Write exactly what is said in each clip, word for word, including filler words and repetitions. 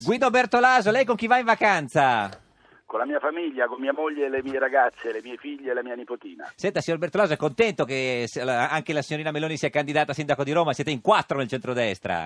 Guido Bertolaso, lei con chi va in vacanza? Con la mia famiglia, con mia moglie e le mie ragazze, le mie figlie e la mia nipotina. Senta, signor Bertolaso, è contento che anche la signorina Meloni sia candidata a sindaco di Roma? Siete in quattro nel centrodestra.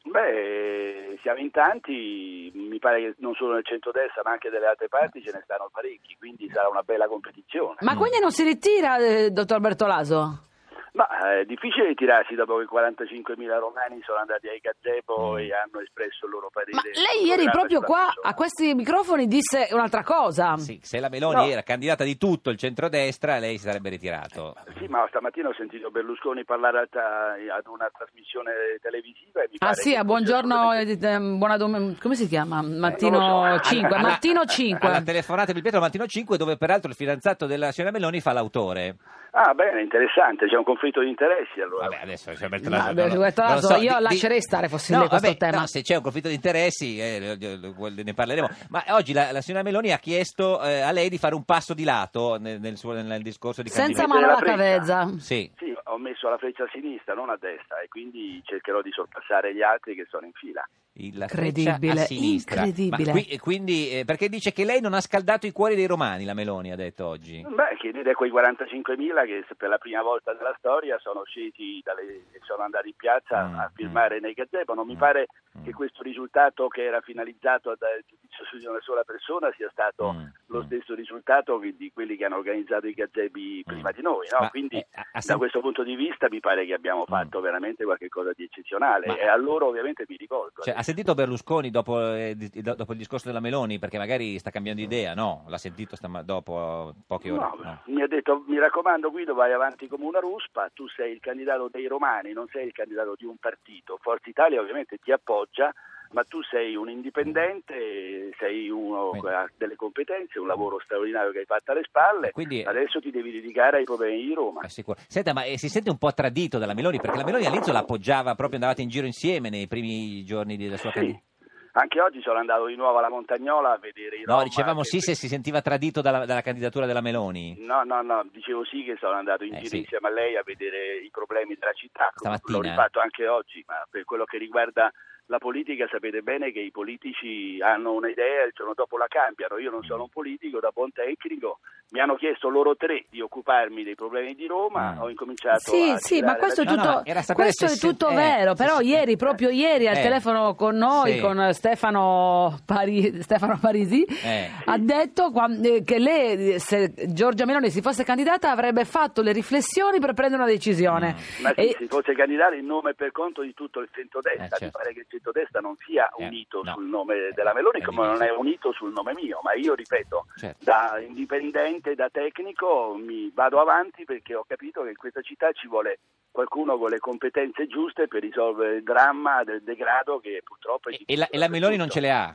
Beh, siamo in tanti, mi pare che non solo nel centrodestra ma anche delle altre parti ce ne stanno parecchi, quindi sarà una bella competizione. Ma quindi non si ritira, eh, dottor Bertolaso? Ma è difficile ritirarsi dopo che quarantacinquemila romani sono andati ai gazebo mm. e hanno espresso il loro parere. Ma lei ieri proprio qua persona. a questi microfoni disse un'altra cosa. Sì, se la Meloni no. era candidata di tutto il centrodestra, lei si sarebbe ritirato. Eh, sì, ma stamattina ho sentito Berlusconi parlare ad una trasmissione televisiva e mi Ah pare sì, a buongiorno, eh, buona dom- come si chiama? Mattino eh, so. cinque, alla, Mattino cinque. Alla telefonata di Pietro Mattino cinque, dove peraltro il fidanzato della signora Meloni fa l'autore. Ah, bene, interessante, c'è un conflitto di interessi allora. Vabbè, adesso c'è Bertolaso, no, no, Bertolaso, so, io di, lascerei di... stare fossi no, lei questo vabbè, tema. No, se c'è un conflitto di interessi eh, ne parleremo. Ma oggi la, la signora Meloni ha chiesto eh, a lei di fare un passo di lato nel, nel, suo, nel discorso di senza candidatura. mano alla cavezza. Sì. Sì, ho messo la freccia a sinistra, non a destra, e quindi cercherò di sorpassare gli altri che sono in fila. La incredibile, a sinistra. incredibile. Ma qui, quindi, eh, perché dice che lei non ha scaldato i cuori dei romani, la Meloni ha detto oggi. Beh, chiedete a quei quarantacinquemila che per la prima volta nella storia sono scesi dalle, sono andati in piazza mm, a firmare mm, nei gazebo. Non mm, mi pare mm. che questo risultato, che era finalizzato dal giudizio su di una sola persona, sia stato mm, lo stesso risultato di quelli che hanno organizzato i gazebi prima mm. di noi, no? Ma, quindi eh, a, a da questo punto di vista mi pare che abbiamo fatto mm. veramente qualcosa di eccezionale. Ma, e a loro ovviamente mi rivolgo. Cioè, ha sentito Berlusconi dopo, eh, di, dopo il discorso della Meloni? Perché magari sta cambiando idea, no? L'ha sentito stam- dopo poche ore? No, no, mi ha detto, mi raccomando Guido, vai avanti come una ruspa, tu sei il candidato dei romani, non sei il candidato di un partito. Forza Italia ovviamente ti appoggia, ma tu sei un indipendente, sei uno quindi, che ha delle competenze, un lavoro straordinario che hai fatto alle spalle, quindi, adesso ti devi dedicare ai problemi di Roma. Sicuro. Senta, ma eh, si sente un po' tradito dalla Meloni, perché la Meloni all'inizio l'appoggiava, proprio andavate in giro insieme nei primi giorni della sua sì. candidatura. Anche oggi sono andato di nuovo alla Montagnola a vedere i Roma. No, dicevamo sì, se si sentiva tradito dalla, dalla candidatura della Meloni. No, no, no, dicevo sì che sono andato in eh, giro sì. insieme a lei a vedere i problemi della città. Stamattina? L'ho rifatto anche oggi, ma per quello che riguarda la politica sapete bene che i politici hanno un'idea e il giorno dopo la cambiano. Io non sono un politico, da buon tecnico mi hanno chiesto loro tre di occuparmi dei problemi di Roma, mm. ho incominciato sì, a sì, ma questo è tutto, no, no, questo è tutto eh, vero, però sì, ieri, proprio eh, ieri al eh, telefono con noi, sì. con Stefano, Pari, Stefano Parisi, eh. ha detto che lei, se Giorgia Meloni si fosse candidata, avrebbe fatto le riflessioni per prendere una decisione. Mm. Ma e... se fosse candidata in nome e per conto di tutto il centrodestra, eh, certo. mi pare che il centrodestra non sia eh, unito no. sul nome della Meloni, eh, come non è unito sul nome mio, ma io ripeto, certo. da indipendente, da tecnico, mi vado avanti perché ho capito che in questa città ci vuole qualcuno con le competenze giuste per risolvere il dramma del degrado che purtroppo è e, e, la, e la Meloni non ce le ha?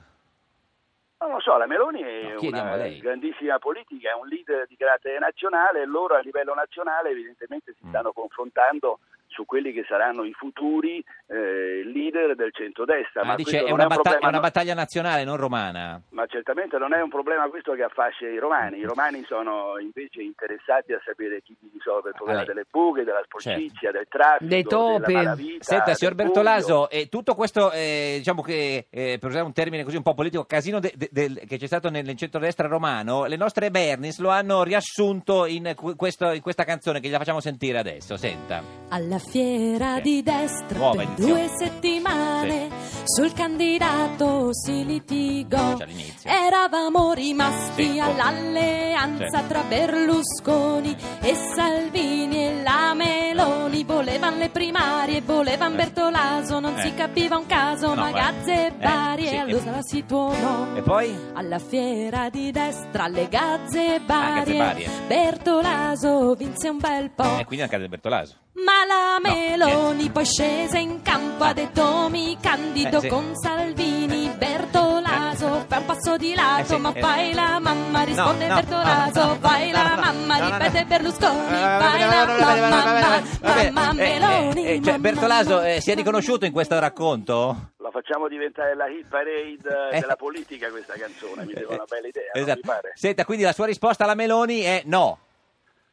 Non lo so, la Meloni è no, una grandissima politica, è un leader di carattere nazionale e loro a livello nazionale evidentemente si mm. stanno confrontando su quelli che saranno i futuri eh, leader del centrodestra. Ma, ma dice è è una, un battaglia, problema, è una battaglia nazionale, non romana. Ma certamente non è un problema questo che affascia i romani. I romani sono invece interessati a sapere chi risolve il problema delle buche, della sporcizia, certo. del traffico, dei topi. della malavita. Senta, signor Bertolaso, eh, tutto questo, eh, diciamo che, eh, per usare un termine così un po' politico, casino de, de, de, che c'è stato nel, nel centrodestra romano, le nostre Bernis lo hanno riassunto in, questo, in questa canzone che gliela facciamo sentire adesso. Senta. Alla fiera sì. di destra Nuova per edizione. due settimane sì. sul candidato si litigò. Eravamo rimasti sì, all'alleanza sì. tra Berlusconi e Salvini e la Meloni. Volevano le primarie, volevano eh. Bertolaso, non eh. si capiva un caso, no, ma gazzebarie, eh, sì. allora si tuonò. E poi? Alla fiera di destra alle gazzebarie, ah, gazzebarie. Bertolaso vinse un bel po'. E quindi anche del Bertolaso. Ma la Meloni no, poi scese in campo, ha detto mi candido eh, sì. con Salvini. Bertolaso fa un passo di lato, eh, sì, ma eh. fai la mamma, risponde no, no, Bertolaso, no, no, fai no, la no, mamma, no, no, ripete no. Berlusconi, No, fai no, la no, no, no, no, mamma, vabbè, mamma eh, Meloni. Eh, eh, cioè, Bertolaso eh, si è riconosciuto in questo racconto? La facciamo diventare la hit parade Eh. della politica questa canzone, mi sembra una bella idea, Esatto. non mi pare? Senta, quindi la sua risposta alla Meloni è no.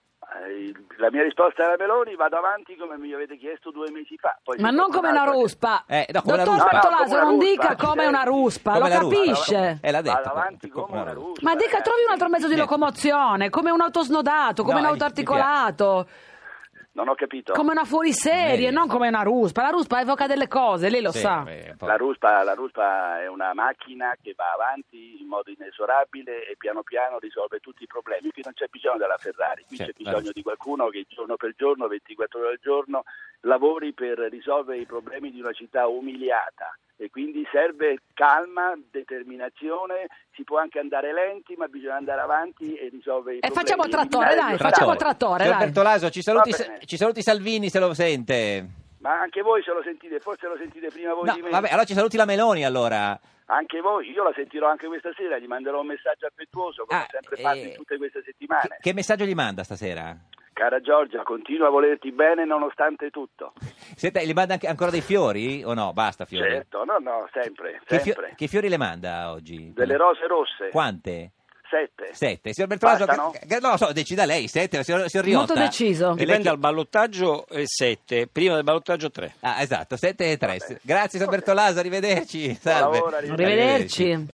il- la mia risposta alla Meloni: vado avanti come mi avete chiesto due mesi fa. Poi Ma c'è non come una qualcun altro che- ruspa. Eh, no, come una Dottor ruspa. Bertolaso, No, no, come non una dica ruspa, come sì. una ruspa, Come lo la ruspa. capisce? Eh, l'ha detto. Vado avanti come una ruspa. Ma dica, trovi un altro mezzo di Niente. locomozione, come un autosnodato, come No, un mi- autoarticolato, Non ho capito. come una fuoriserie, Eh. non come una ruspa. La ruspa evoca delle cose, lei lo Sì, sa. beh, un po'. La ruspa, la ruspa è una macchina che va avanti in modo inesorabile e piano piano risolve tutti i problemi. Qui non c'è bisogno della Ferrari, qui Sì, c'è la bisogno ruspa. di qualcuno che giorno per giorno, ventiquattro ore al giorno, lavori per risolvere i problemi di una città umiliata. E quindi serve calma, determinazione, si può anche andare lenti, ma bisogna andare avanti e risolvere i E problemi. facciamo trattore, eliminare dai, gli facciamo ostacoli. trattore, Signor dai. Bertolaso, ci saluti, Va bene. ci saluti Salvini se lo sente. Ma anche voi se lo sentite, forse lo sentite prima voi No, di me. vabbè, allora ci saluti la Meloni allora. Anche voi, io la sentirò anche questa sera, gli manderò un messaggio affettuoso come Ah, sempre fatto eh, in tutte queste Che, settimane. che messaggio gli manda stasera? Cara Giorgia, continua a volerti bene nonostante tutto. Senta, gli manda anche ancora dei fiori o no? Basta fiori. Certo, no, no, sempre, Che, fio- sempre. che fiori le manda oggi? Delle rose rosse, Quante? sette. Sette. Signor Bertolaso, Bastano? che- che- non lo so, decida lei, sette, signor, signor Molto Riotta. deciso. E lei Dipende che- dal ballottaggio eh, sette, prima del ballottaggio tre. Ah, esatto, sette e tre. Vabbè. Grazie, signor Bertolaso, arrivederci. Salve. lavoro, Arrivederci.